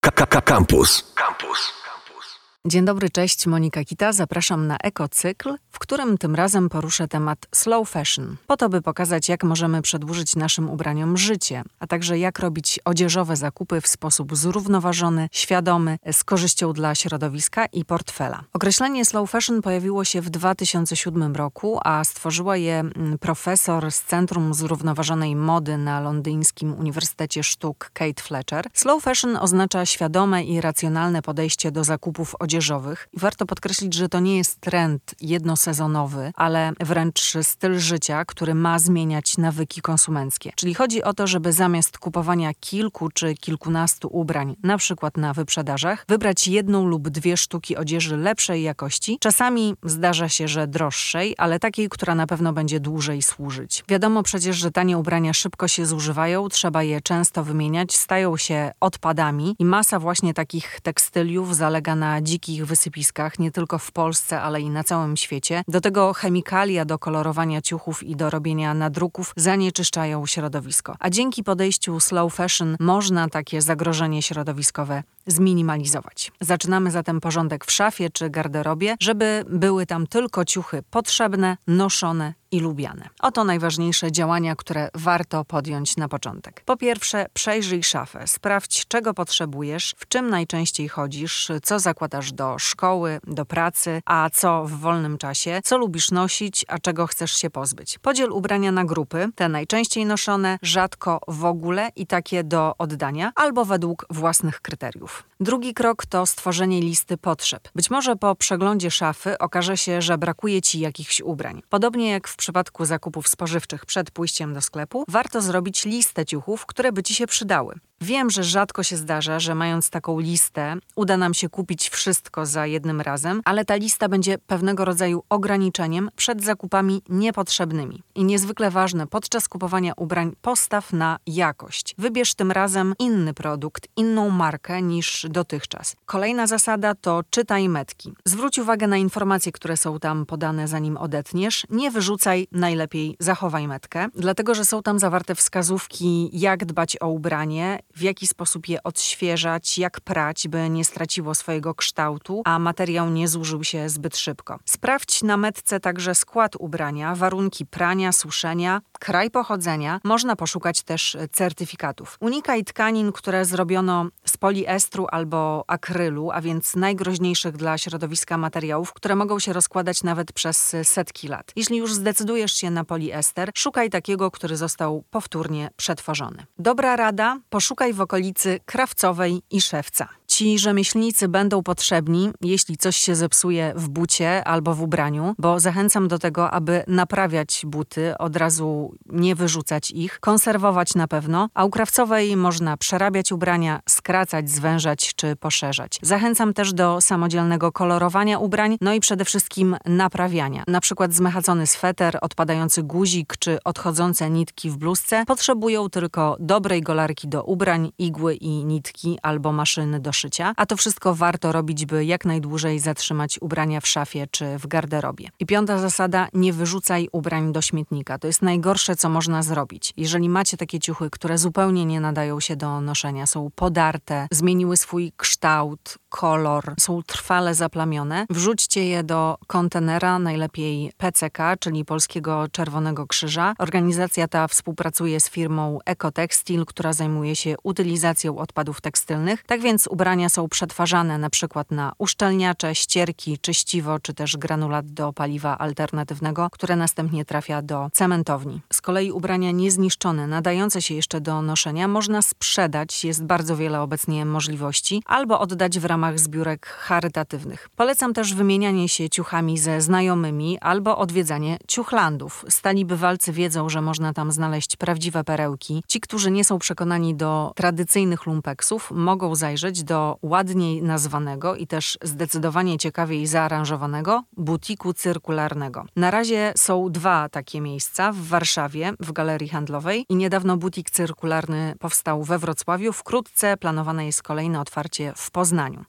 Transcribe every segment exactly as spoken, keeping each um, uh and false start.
K K K Campus. Campus. Dzień dobry, cześć, Monika Kita. Zapraszam na ekocykl, w którym tym razem poruszę temat slow fashion. Po to, by pokazać, jak możemy przedłużyć naszym ubraniom życie, a także jak robić odzieżowe zakupy w sposób zrównoważony, świadomy, z korzyścią dla środowiska i portfela. Określenie slow fashion pojawiło się w dwa tysiące siódmym roku, a stworzyła je profesor z Centrum Zrównoważonej Mody na londyńskim Uniwersytecie Sztuk Kate Fletcher. Slow fashion oznacza świadome i racjonalne podejście do zakupów odzieżowych. I warto podkreślić, że to nie jest trend jednosezonowy, ale wręcz styl życia, który ma zmieniać nawyki konsumenckie. Czyli chodzi o to, żeby zamiast kupowania kilku czy kilkunastu ubrań, na przykład na wyprzedażach, wybrać jedną lub dwie sztuki odzieży lepszej jakości. Czasami zdarza się, że droższej, ale takiej, która na pewno będzie dłużej służyć. Wiadomo przecież, że tanie ubrania szybko się zużywają, trzeba je często wymieniać, stają się odpadami i masa właśnie takich tekstyliów zalega na dzikich wysypiskach, nie tylko w Polsce, ale i na całym świecie. Do tego chemikalia do kolorowania ciuchów i do robienia nadruków zanieczyszczają środowisko. A dzięki podejściu slow fashion można takie zagrożenie środowiskowe zminimalizować. Zaczynamy zatem porządek w szafie czy garderobie, żeby były tam tylko ciuchy potrzebne, noszone i lubiane. Oto najważniejsze działania, które warto podjąć na początek. Po pierwsze, przejrzyj szafę. Sprawdź, czego potrzebujesz, w czym najczęściej chodzisz, co zakładasz do szkoły, do pracy, a co w wolnym czasie, co lubisz nosić, a czego chcesz się pozbyć. Podziel ubrania na grupy, te najczęściej noszone, rzadko w ogóle i takie do oddania, albo według własnych kryteriów. Drugi krok to stworzenie listy potrzeb. Być może po przeglądzie szafy okaże się, że brakuje ci jakichś ubrań. Podobnie jak w przypadku zakupów spożywczych przed pójściem do sklepu, warto zrobić listę ciuchów, które by ci się przydały. Wiem, że rzadko się zdarza, że mając taką listę uda nam się kupić wszystko za jednym razem, ale ta lista będzie pewnego rodzaju ograniczeniem przed zakupami niepotrzebnymi. I niezwykle ważne, podczas kupowania ubrań postaw na jakość. Wybierz tym razem inny produkt, inną markę niż dotychczas. Kolejna zasada to czytaj metki. Zwróć uwagę na informacje, które są tam podane, zanim odetniesz. Nie wyrzucaj, najlepiej zachowaj metkę, dlatego że są tam zawarte wskazówki, jak dbać o ubranie, w jaki sposób je odświeżać, jak prać, by nie straciło swojego kształtu, a materiał nie zużył się zbyt szybko. Sprawdź na metce także skład ubrania, warunki prania, suszenia, kraj pochodzenia. Można poszukać też certyfikatów. Unikaj tkanin, które zrobiono z poliestru albo akrylu, a więc najgroźniejszych dla środowiska materiałów, które mogą się rozkładać nawet przez setki lat. Jeśli już zdecydujesz się na poliester, szukaj takiego, który został powtórnie przetworzony. Dobra rada, poszukaj w okolicy krawcowej i szewca. Ci rzemieślnicy będą potrzebni, jeśli coś się zepsuje w bucie albo w ubraniu, bo zachęcam do tego, aby naprawiać buty, od razu nie wyrzucać ich, konserwować na pewno, a u krawcowej można przerabiać ubrania, skracać, zwężać czy poszerzać. Zachęcam też do samodzielnego kolorowania ubrań, no i przede wszystkim naprawiania. Na przykład zmechacony sweter, odpadający guzik czy odchodzące nitki w bluzce potrzebują tylko dobrej golarki do ubrań, igły i nitki albo maszyny do szycia, a to wszystko warto robić, by jak najdłużej zatrzymać ubrania w szafie czy w garderobie. I piąta zasada, nie wyrzucaj ubrań do śmietnika. To jest najgorsze, co można zrobić. Jeżeli macie takie ciuchy, które zupełnie nie nadają się do noszenia, są podarte, zmieniły swój kształt, kolor, są trwale zaplamione, wrzućcie je do kontenera, najlepiej P C K, czyli Polskiego Czerwonego Krzyża. Organizacja ta współpracuje z firmą Ecotextil, która zajmuje się utylizacją odpadów tekstylnych. Tak więc ubrania są przetwarzane na przykład na uszczelniacze, ścierki, czyściwo, czy też granulat do paliwa alternatywnego, które następnie trafia do cementowni. Z kolei ubrania niezniszczone, nadające się jeszcze do noszenia, można sprzedać, jest bardzo wiele obecnie możliwości, albo oddać w ramach zbiórek charytatywnych. Polecam też wymienianie się ciuchami ze znajomymi albo odwiedzanie ciuchlandów. Stali bywalcy wiedzą, że można tam znaleźć prawdziwe perełki. Ci, którzy nie są przekonani do tradycyjnych lumpeksów, mogą zajrzeć do ładniej nazwanego i też zdecydowanie ciekawiej zaaranżowanego butiku cyrkularnego. Na razie są dwa takie miejsca w Warszawie, w galerii handlowej i niedawno butik cyrkularny powstał we Wrocławiu. Wkrótce planowane jest kolejne otwarcie w Poznaniu.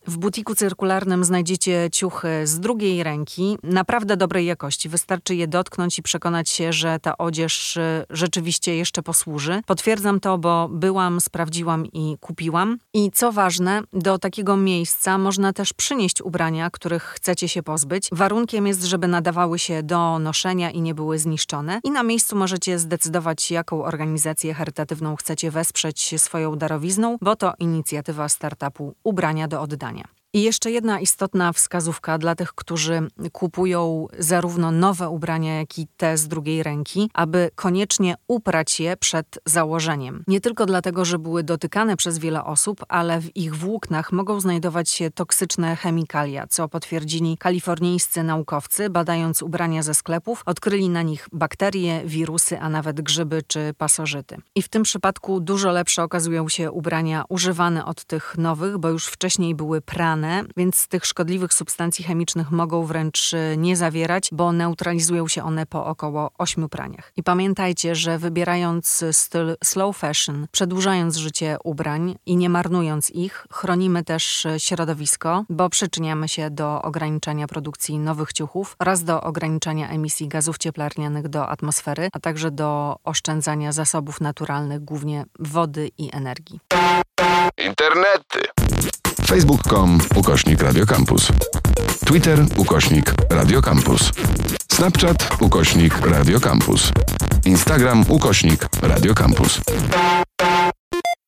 W butiku cyrkularnym znajdziecie ciuchy z drugiej ręki, naprawdę dobrej jakości. Wystarczy je dotknąć i przekonać się, że ta odzież rzeczywiście jeszcze posłuży. Potwierdzam to, bo byłam, sprawdziłam i kupiłam. I co ważne, do takiego miejsca można też przynieść ubrania, których chcecie się pozbyć. Warunkiem jest, żeby nadawały się do noszenia i nie były zniszczone. I na miejscu możecie zdecydować, jaką organizację charytatywną chcecie wesprzeć swoją darowizną, bo to inicjatywa startupu Ubrania do oddania. I jeszcze jedna istotna wskazówka dla tych, którzy kupują zarówno nowe ubrania, jak i te z drugiej ręki, aby koniecznie uprać je przed założeniem. Nie tylko dlatego, że były dotykane przez wiele osób, ale w ich włóknach mogą znajdować się toksyczne chemikalia, co potwierdzili kalifornijscy naukowcy, badając ubrania ze sklepów, odkryli na nich bakterie, wirusy, a nawet grzyby czy pasożyty. I w tym przypadku dużo lepsze okazują się ubrania używane od tych nowych, bo już wcześniej były prane, więc tych szkodliwych substancji chemicznych mogą wręcz nie zawierać, bo neutralizują się one po około ośmiu praniach. I pamiętajcie, że wybierając styl slow fashion, przedłużając życie ubrań i nie marnując ich, chronimy też środowisko, bo przyczyniamy się do ograniczania produkcji nowych ciuchów oraz do ograniczania emisji gazów cieplarnianych do atmosfery, a także do oszczędzania zasobów naturalnych, głównie wody i energii. Internety. facebook kropka com ukośnik Radio Campus. Twitter ukośnik Radio Campus. Snapchat ukośnik Radio Campus. Instagram ukośnik Radio Campus.